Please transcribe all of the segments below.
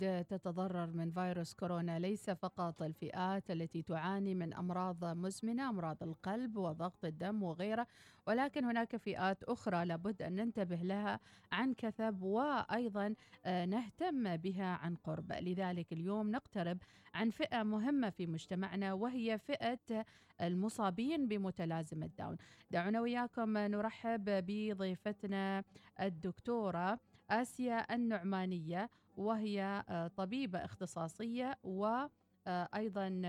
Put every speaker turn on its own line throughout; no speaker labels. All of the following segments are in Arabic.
تتضرر من فيروس كورونا ليس فقط الفئات التي تعاني من أمراض مزمنة، أمراض القلب وضغط الدم وغيرها، ولكن هناك فئات أخرى لابد أن ننتبه لها عن كثب، وأيضا نهتم بها عن قرب. لذلك اليوم نقترب عن فئة مهمة في مجتمعنا، وهي فئة المصابين بمتلازمة داون. دعونا وياكم نرحب بضيفتنا الدكتورة آسيا النعمانية، وهي طبيبة اختصاصية وأيضا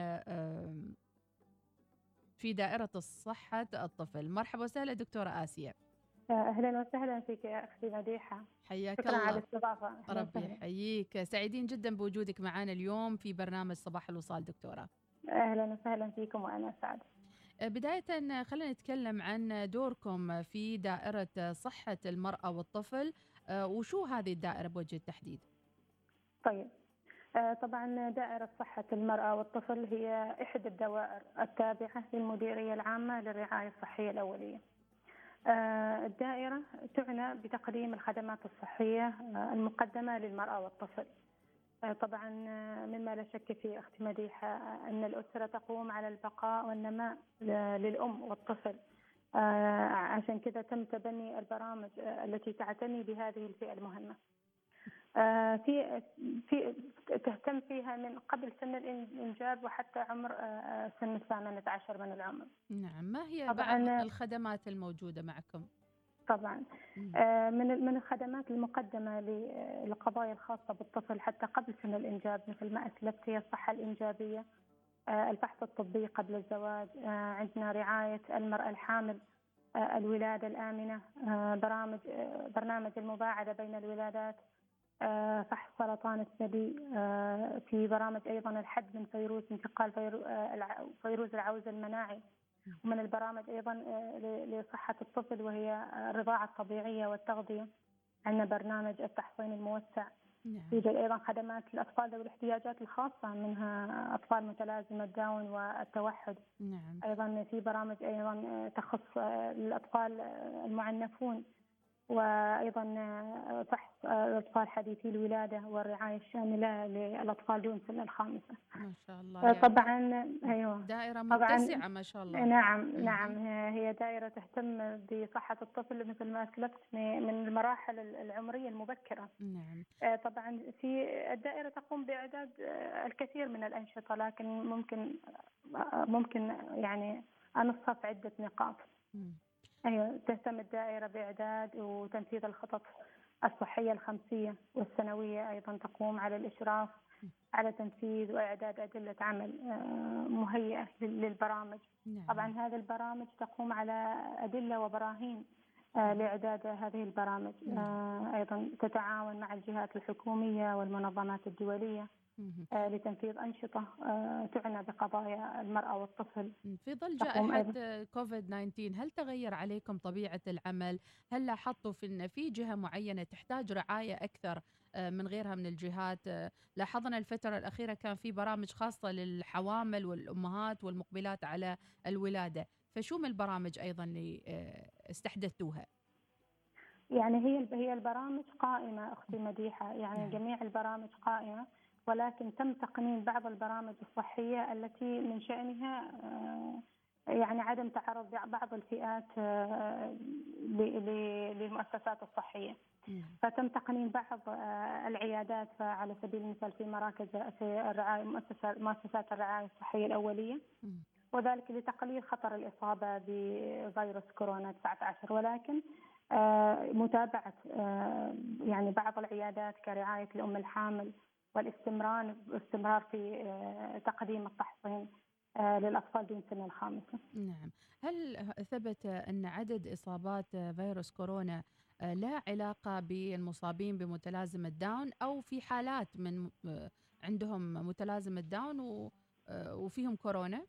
في دائرة الصحة الطفل. مرحبا وسهلا دكتورة آسيا.
أهلا وسهلا فيك يا أختي مديحة.
حياك
شكرا على
الله.
الاستضافة. أهلا
ربي
وسهلا.
يحييك، سعيدين جدا بوجودك معنا اليوم في برنامج صباح الوصال دكتورة.
أهلا وسهلا فيكم وأنا سعد.
بداية خلينا نتكلم عن دوركم في دائرة صحة المرأة والطفل، وشو هذه الدائرة بوجه التحديد؟
طيب، طبعا دائرة صحة المرأة والطفل هي إحدى الدوائر التابعة للمديرية العامة للرعاية الصحية الأولية. الدائرة تعنى بتقديم الخدمات الصحية المقدمة للمرأة والطفل. طبعا مما لا شك فيه أختي مديحة أن الأسرة تقوم على البقاء والنماء للأم والطفل. عشان كذا تم تبني البرامج التي تعتني بهذه الفئة المهمة. في في تهتم فيها من قبل سن الإنجاب وحتى عمر سن 18 من العمر.
نعم، ما هي بعض
طبعا
الخدمات الموجودة معكم؟
طبعا
مم.
من الخدمات المقدمة للقضايا الخاصة بالطفل حتى قبل سن الإنجاب، مثل ما أسلفت هي الصحة الإنجابية، الفحص الطبي قبل الزواج، عندنا رعاية المرأة الحامل، الولادة الآمنة، برنامج المباعدة بين الولادات، فحص سرطان الثدي، في برامج أيضا الحد من فيروس انتقال فيروس العوز المناعي. ومن البرامج أيضا لصحة الطفل وهي الرضاعة الطبيعية والتغذية، عندنا برنامج التحصين الموسع.
نعم.
يوجد أيضا خدمات للأطفال ذوي الاحتياجات الخاصة، منها أطفال متلازمة داون والتوحد.
نعم.
أيضا في برامج أيضا تخص الأطفال المعنفون، وأيضا فحص الأطفال حديثي الولادة والرعاية الشاملة للأطفال دون سن الخامسة.
ما شاء الله، يعني
طبعا أيوه.
دائرة
طبعا
متسعة ما شاء الله.
نعم هي دائرة تهتم بصحة الطفل مثل ما أسلفت من المراحل العمرية المبكرة.
نعم.
طبعا في الدائرة تقوم بإعداد الكثير من الأنشطة، لكن ممكن يعني أنصها في عدة نقاط.
مم.
أيوة، تهتم الدائرة بإعداد وتنفيذ الخطط الصحية الخمسية والسنوية. أيضا تقوم على الإشراف على تنفيذ وإعداد أدلة عمل مهيئة للبرامج. طبعا
نعم.
هذه البرامج تقوم على أدلة وبراهين لإعداد هذه البرامج.
نعم.
أيضا تتعاون مع الجهات الحكومية والمنظمات الدولية
مم.
لتنفيذ أنشطة تعنى بقضايا المرأة والطفل.
في ظل
تقوم
جائحة
أيضا
كوفيد 19 هل تغير عليكم طبيعة العمل؟ هل لاحظتوا في إن في جهة معينة تحتاج رعاية أكثر من غيرها من الجهات؟ لاحظنا الفترة الأخيرة كان في برامج خاصة للحوامل والأمهات والمقبلات على الولادة، فشو من البرامج أيضا اللي استحدثتوها؟
يعني هي البرامج قائمة أختي مديحة، يعني
نعم.
جميع البرامج قائمة، ولكن تم تقنين بعض البرامج الصحية التي من شأنها يعني عدم تعرض بعض الفئات للمؤسسات الصحية.
نعم.
فتم تقنين بعض العيادات، فعلى سبيل المثال في مراكز في الرعاية مؤسسات الرعاية الصحية الأولية،
مم.
وذلك لتقليل خطر الإصابة بفيروس كورونا 19. ولكن متابعة يعني بعض العيادات كرعاية الأم الحامل والاستمرار في تقديم التحصين للأطفال دون سن الخامسة.
نعم. هل ثبت أن عدد إصابات فيروس كورونا لا علاقة بالمصابين بمتلازمة داون، أو في حالات من عندهم متلازمة داون وفيهم كورونا؟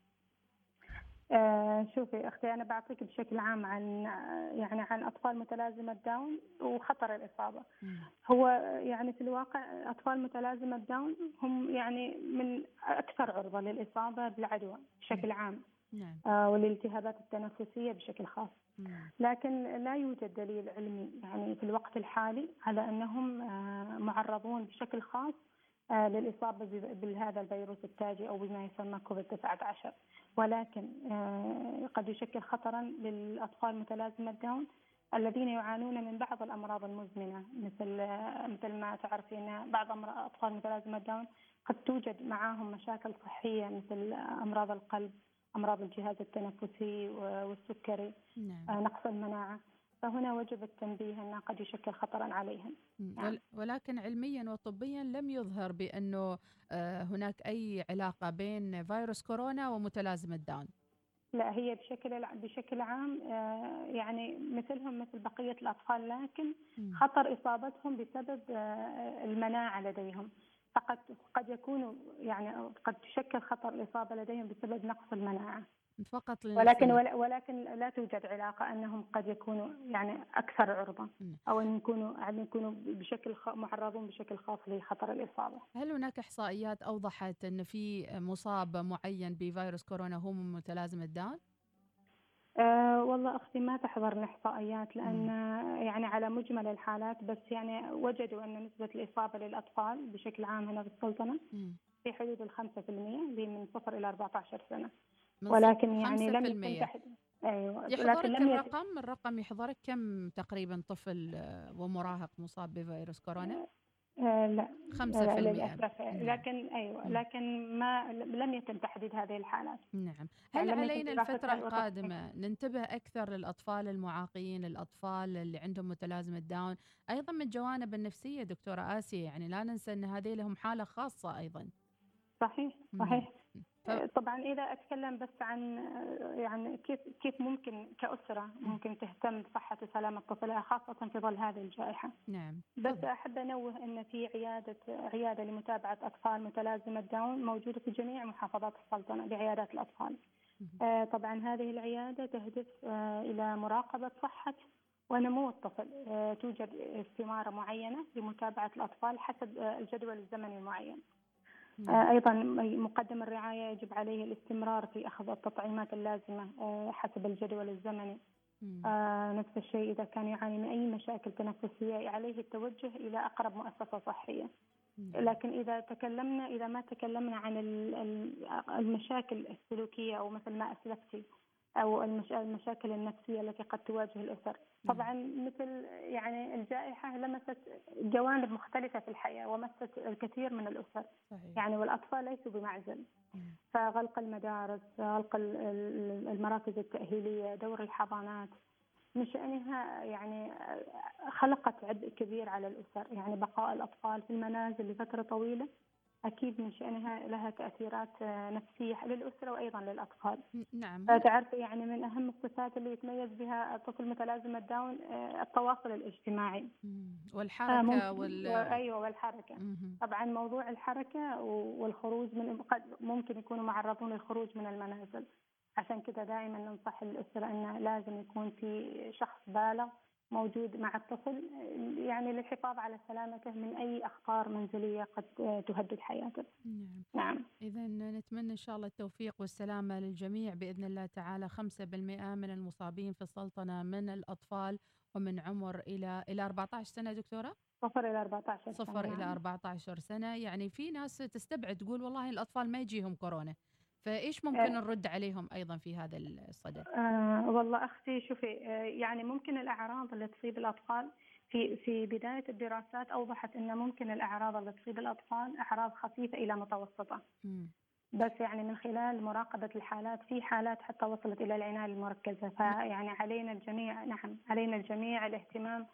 شوفي أختي، أنا بعطيك بشكل عام عن أطفال متلازمة داون وخطر الإصابة.
مم.
هو يعني في الواقع أطفال متلازمة داون هم يعني من أكثر عرضة للإصابة بالعدوى بشكل عام،
نعم.
والالتهابات التنفسية بشكل خاص.
مم.
لكن لا يوجد دليل علمي يعني في الوقت الحالي على أنهم معرضون بشكل خاص للإصابة بهذا الفيروس التاجي أو بما يسمى كوفيد 19. ولكن قد يشكل خطرا للأطفال متلازمة داون الذين يعانون من بعض الأمراض المزمنة، مثل ما تعرفين بعض أطفال متلازمة داون قد توجد معهم مشاكل صحية مثل أمراض القلب، أمراض الجهاز التنفسي والسكري،
نعم.
نقص المناعة. فهنا وجب التنبيه أنه قد يشكل خطرا عليهم. نعم.
ولكن علميا وطبيا لم يظهر بأنه هناك أي علاقة بين فيروس كورونا ومتلازمة داون.
لا، هي بشكل عام يعني مثل بقية الأطفال، لكن خطر إصابتهم بسبب المناعة لديهم. فقد يكون يعني قد تشكل خطر الإصابة لديهم بسبب نقص المناعة
فقط
ولكن
لنفسية.
ولكن لا توجد علاقة أنهم قد يكونوا يعني أكثر عرضة أو أن يكونوا معرضون بشكل خاص لخطر الإصابة.
هل هناك إحصائيات أوضحت أن في مصاب معين بفيروس كورونا هو من متلازمة داون؟
والله أختي ما تحضرنا إحصائيات، لأن يعني على مجمل الحالات، بس يعني وجدوا أن نسبة الإصابة للأطفال بشكل عام هنا في السلطنة في حدود 5%، اللي من 0 إلى 14 سنة. ولكن يعني لم يتم تحديد. أيوة.
يحضرك لكن الرقم يحضرك كم تقريبا طفل ومراهق مصاب بفيروس كورونا؟
لا
5%.
للأسف. لكن أيوة، لكن لم يتم تحديد هذه الحالات.
نعم. هل علينا الفترة القادمة ننتبه أكثر للأطفال المعاقين، الأطفال اللي عندهم متلازمة داون، أيضا من الجوانب النفسية دكتورة آسيا؟ يعني لا ننسى أن هذه لهم حالة خاصة أيضا.
صحيح. طبعا إذا أتكلم بس عن يعني كيف ممكن كأسرة ممكن تهتم بصحة وسلامة طفلها خاصة في ظل هذه الجائحة.
نعم.
بس أحب أنوه أن في عيادة لمتابعة أطفال متلازمة داون موجودة في جميع محافظات السلطنة بعيادات الأطفال. طبعا هذه العيادة تهدف إلى مراقبة صحة ونمو الطفل. توجد استمارة معينة لمتابعة الأطفال حسب الجدول الزمني المعين. أيضا مقدم الرعاية يجب عليه الاستمرار في أخذ التطعيمات اللازمة حسب الجدول الزمني. نفس الشيء إذا كان يعاني من أي مشاكل تنفسية عليه التوجه إلى أقرب مؤسسة صحية. لكن إذا ما تكلمنا عن المشاكل السلوكية أو مثل ما أسلفتي أو المشاكل النفسية التي قد تواجه الأسر، طبعا مثل يعني الجائحة لمست جوانب مختلفة في الحياة ومست الكثير من الأسر.
صحيح.
يعني والأطفال ليسوا بمعزل. فغلق المدارس، غلق المراكز التأهيلية، دور الحضانات، من شأنها يعني خلقت عبء كبير على الأسر. يعني بقاء الأطفال في المنازل لفترة طويلة أكيد من شأنها لها تأثيرات نفسية للأسرة وأيضا للأطفال.
نعم.
فتعرف يعني من أهم الصفات اللي يتميز بها الطفل متلازمة داون التواصل الاجتماعي
والحركة
أيوة، والحركة. طبعا موضوع الحركة والخروج قد ممكن يكونوا معرضون للخروج من المنازل. عشان كده دائما ننصح الأسرة أنه لازم يكون في شخص بالغ موجود مع الطفل، يعني للحفاظ على سلامته من أي أخطار منزلية قد تهدد حياته. نعم.
إذا نتمنى إن شاء الله التوفيق والسلامة للجميع بإذن الله تعالى. 5% من المصابين في السلطنة من الأطفال ومن عمر إلى 14 سنة دكتورة؟
0 إلى 14 سنة.
0 إلى 14 سنة. يعني في ناس تستبعد تقول والله الأطفال ما يجيهم كورونا، فإيش ممكن نرد عليهم أيضا في هذا الصدد؟
والله أختي شوفي، يعني ممكن الأعراض اللي تصيب الأطفال في بداية الدراسات أوضحت أن ممكن الأعراض اللي تصيب الأطفال أعراض خفيفة إلى متوسطة. بس يعني من خلال مراقبة الحالات في حالات حتى وصلت إلى العناية المركزة. فيعني علينا الجميع الاهتمام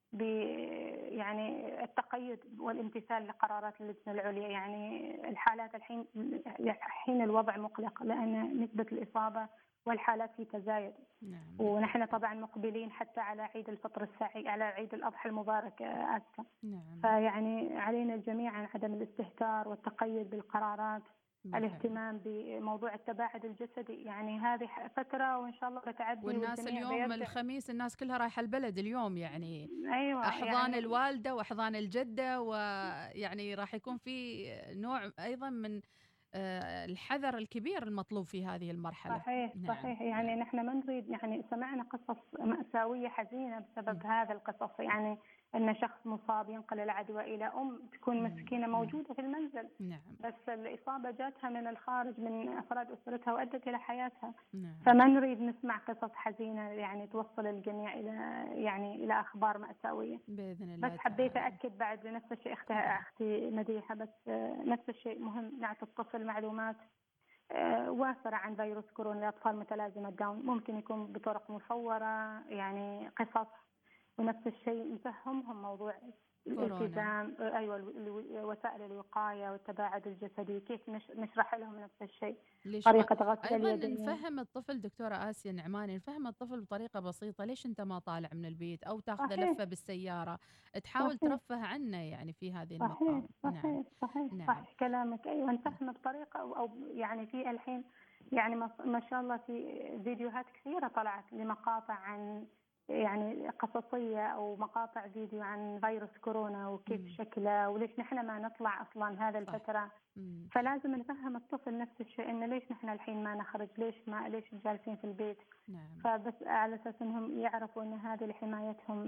يعني التقيد والامتثال لقرارات اللجنة العليا. يعني الحالات الحين الوضع مقلق لأن نسبة الإصابة والحالات في تزايد. ونحن طبعا مقبلين حتى على عيد الفطر السعيد، على عيد الأضحى المبارك آسفة. فيعني علينا جميعا عدم الاستهتار والتقيد بالقرارات. الاهتمام بموضوع التباعد الجسدي. يعني هذه فترة وإن شاء الله بتعدي.
والناس اليوم الخميس الناس كلها رايحة البلد اليوم، يعني
أيوة،
أحضان يعني الوالدة وأحضان الجدة، ويعني راح يكون في نوع أيضا من الحذر الكبير المطلوب في هذه المرحلة.
صحيح. يعني نحن ما نريد، يعني سمعنا قصص مأساوية حزينة بسبب هذا القصص. يعني أن شخص مصاب ينقل العدوى إلى تكون مسكينة موجودة في المنزل،
نعم.
بس الإصابة جاتها من الخارج من أفراد أسرتها وأدت إلى حياتها.
نعم.
فما نريد نسمع قصص حزينة يعني توصل الجميع إلى إلى أخبار مأساوية.
بإذن الله
بس حبيت
تعالى.
أكد بعد نفس الشيء أختي مديحة، بس نفس الشيء مهم نعطي الطفل معلومات وافرة عن فيروس كورونا لأطفال متلازمة داون، ممكن يكون بطرق مصورة يعني قصص، ونفس الشيء نفهمهم موضوع الالتزام، ايوه وسائل الوقايه والتباعد الجسدي، كيف نشرح لهم نفس الشيء، طريقه غسل
ايضا
اليدين.
نفهم الطفل دكتوره آسيا النعماني، نفهم الطفل بطريقه بسيطه، ليش انت ما طالع من البيت او تاخذ لفه بالسياره، تحاول
صحيح.
ترفه عنه يعني في هذه
صحيح.
المقام.
صحيح.
نعم.
صحيح.
نعم.
صح كلامك، ايوه نفهم بطريقه او يعني في الحين يعني ما شاء الله في فيديوهات كثيره طلعت لمقاطع عن يعني قصصيه او مقاطع فيديو عن فيروس كورونا وكيف شكله وليش نحن ما نطلع اصلا هذا الفتره. فلازم نفهم الطفل نفس الشيء انه ليش نحن الحين ما نخرج، ليش جالسين في البيت.
نعم.
فبس على اساس انهم يعرفوا ان هذه لحمايتهم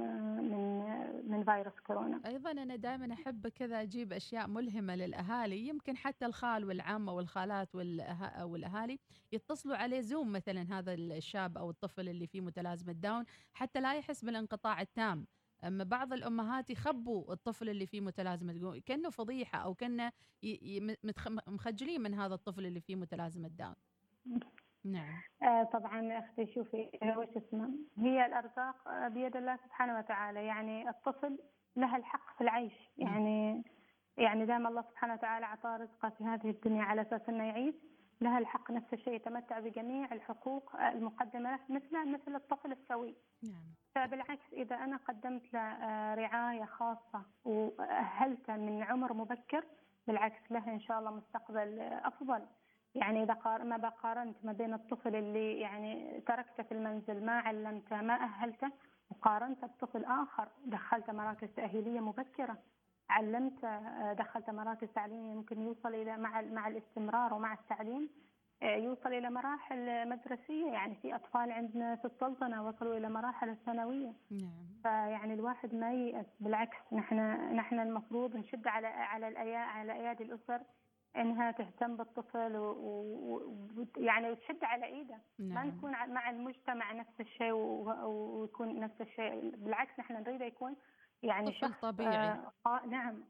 من فيروس كورونا.
ايضا انا دائما احب كذا اجيب اشياء ملهمه للاهالي، يمكن حتى الخال والعمه والخالات والاهالي يتصلوا عليه زوم مثلا هذا الشاب او الطفل اللي فيه متلازمه داون حتى لا يحس بالانقطاع التام. اما بعض الامهات يخبوا الطفل اللي فيه متلازمه داون كانه فضيحه او كانه مخجلين من هذا الطفل اللي فيه متلازمه داون. نعم.
طبعا اختي شوفي وش اسمه، هي الارزاق بيد الله سبحانه وتعالى، يعني الطفل له الحق في العيش، يعني دام الله سبحانه وتعالى اعطاه رزقه في هذه الدنيا على اساس انه يعيش، له الحق نفس الشيء يتمتع بجميع الحقوق المقدمه له مثل الطفل السوي.
نعم.
فبالعكس اذا انا قدمت له رعايه خاصه واهلته من عمر مبكر، بالعكس له ان شاء الله مستقبل افضل. يعني إذا ما بقارنت ما بين الطفل اللي يعني تركته في المنزل ما علمته ما أهلته، وقارنته بطفل آخر دخلته مراكز تأهيلية مبكرة، علمته، دخلته مراكز تعليمية، ممكن يوصل إلى مع الاستمرار ومع التعليم يوصل إلى مراحل مدرسية. يعني في أطفال عندنا في السلطنة وصلوا إلى مراحل الثانوية.
نعم.
فيعني الواحد ما ييأس، بالعكس نحن المفروض نشد على أيادي الأسر انها تهتم بالطفل ويعني وتشد على ايده.
نعم.
ما نكون مع المجتمع نفس الشيء ويكون نفس الشيء، بالعكس نحن نريده يكون يعني
طفل
شخص
طبيعي.
نعم.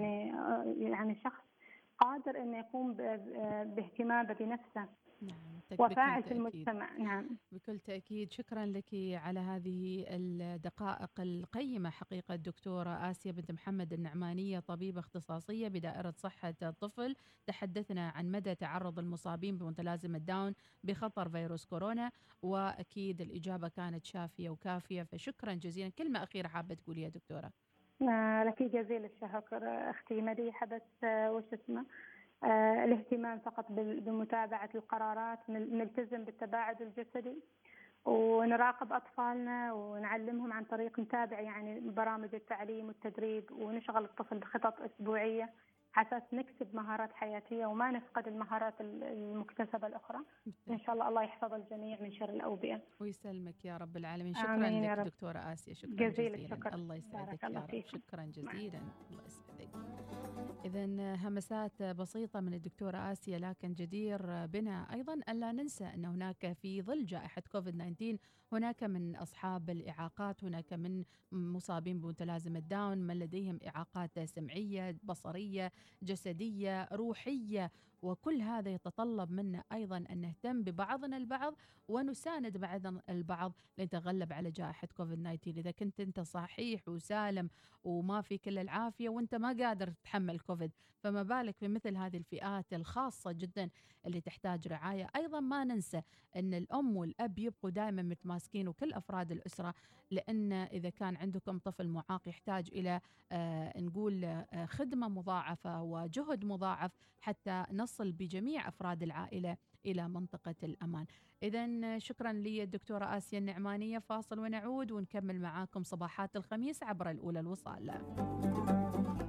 يعني شخص قادر انه يقوم باهتمامه بنفسه.
نعم.
وفاعل في المجتمع. نعم.
بكل تأكيد. شكرا لك على هذه الدقائق القيمة حقيقة الدكتورة آسيا بنت محمد النعمانية، طبيبة اختصاصية بدائرة صحة الطفل. تحدثنا عن مدى تعرض المصابين بمتلازمة داون بخطر فيروس كورونا، وأكيد الإجابة كانت شافية وكافية، فشكرا جزيلا. كلمة أخيرة حابة تقوليها دكتورة؟
لك جزيل الشكر أختي مديحة، بس وش اسمه الاهتمام فقط بمتابعة القرارات، نلتزم بالتباعد الجسدي ونراقب أطفالنا ونعلمهم عن طريق نتابع يعني برامج التعليم والتدريب، ونشغل الطفل بخطط أسبوعية حساس نكسب مهارات حياتية وما نفقد المهارات المكتسبة الأخرى. إن شاء الله يحفظ الجميع من شر الأوبئة
ويسلمك يا رب العالمين. شكرا لك دكتورة آسيا، شكرا
جزيلا.
جزيلا. الله يسعدك يا رب. شكرا جزيلا. الله يسعدك. إذا همسات بسيطة من الدكتورة آسيا، لكن جدير بنا أيضا ألا ننسى أن هناك في ظل جائحة كوفيد-19 هناك من أصحاب الإعاقات، هناك من مصابين بمتلازمة داون من لديهم إعاقات سمعية، بصرية، جسدية، روحية، وكل هذا يتطلب منا أيضا أن نهتم ببعضنا البعض ونساند بعضنا البعض لنتغلب على جائحة كوفيد-19. إذا كنت أنت صحيح وسالم وما في كل العافية وأنت ما قادر تتحمل كوفيد، فما بالك بمثل هذه الفئات الخاصة جدا اللي تحتاج رعاية. أيضا ما ننسى أن الأم والأب يبقوا دائما متماسكين وكل أفراد الأسرة، لأن إذا كان عندكم طفل معاق يحتاج إلى نقول خدمة مضاعفة وجهد مضاعف حتى نصل بجميع أفراد العائلة إلى منطقة الأمان. إذن شكرا لي الدكتورة آسيا النعمانية. فاصل ونعود ونكمل معاكم صباحات الخميس عبر الأولى الوصال.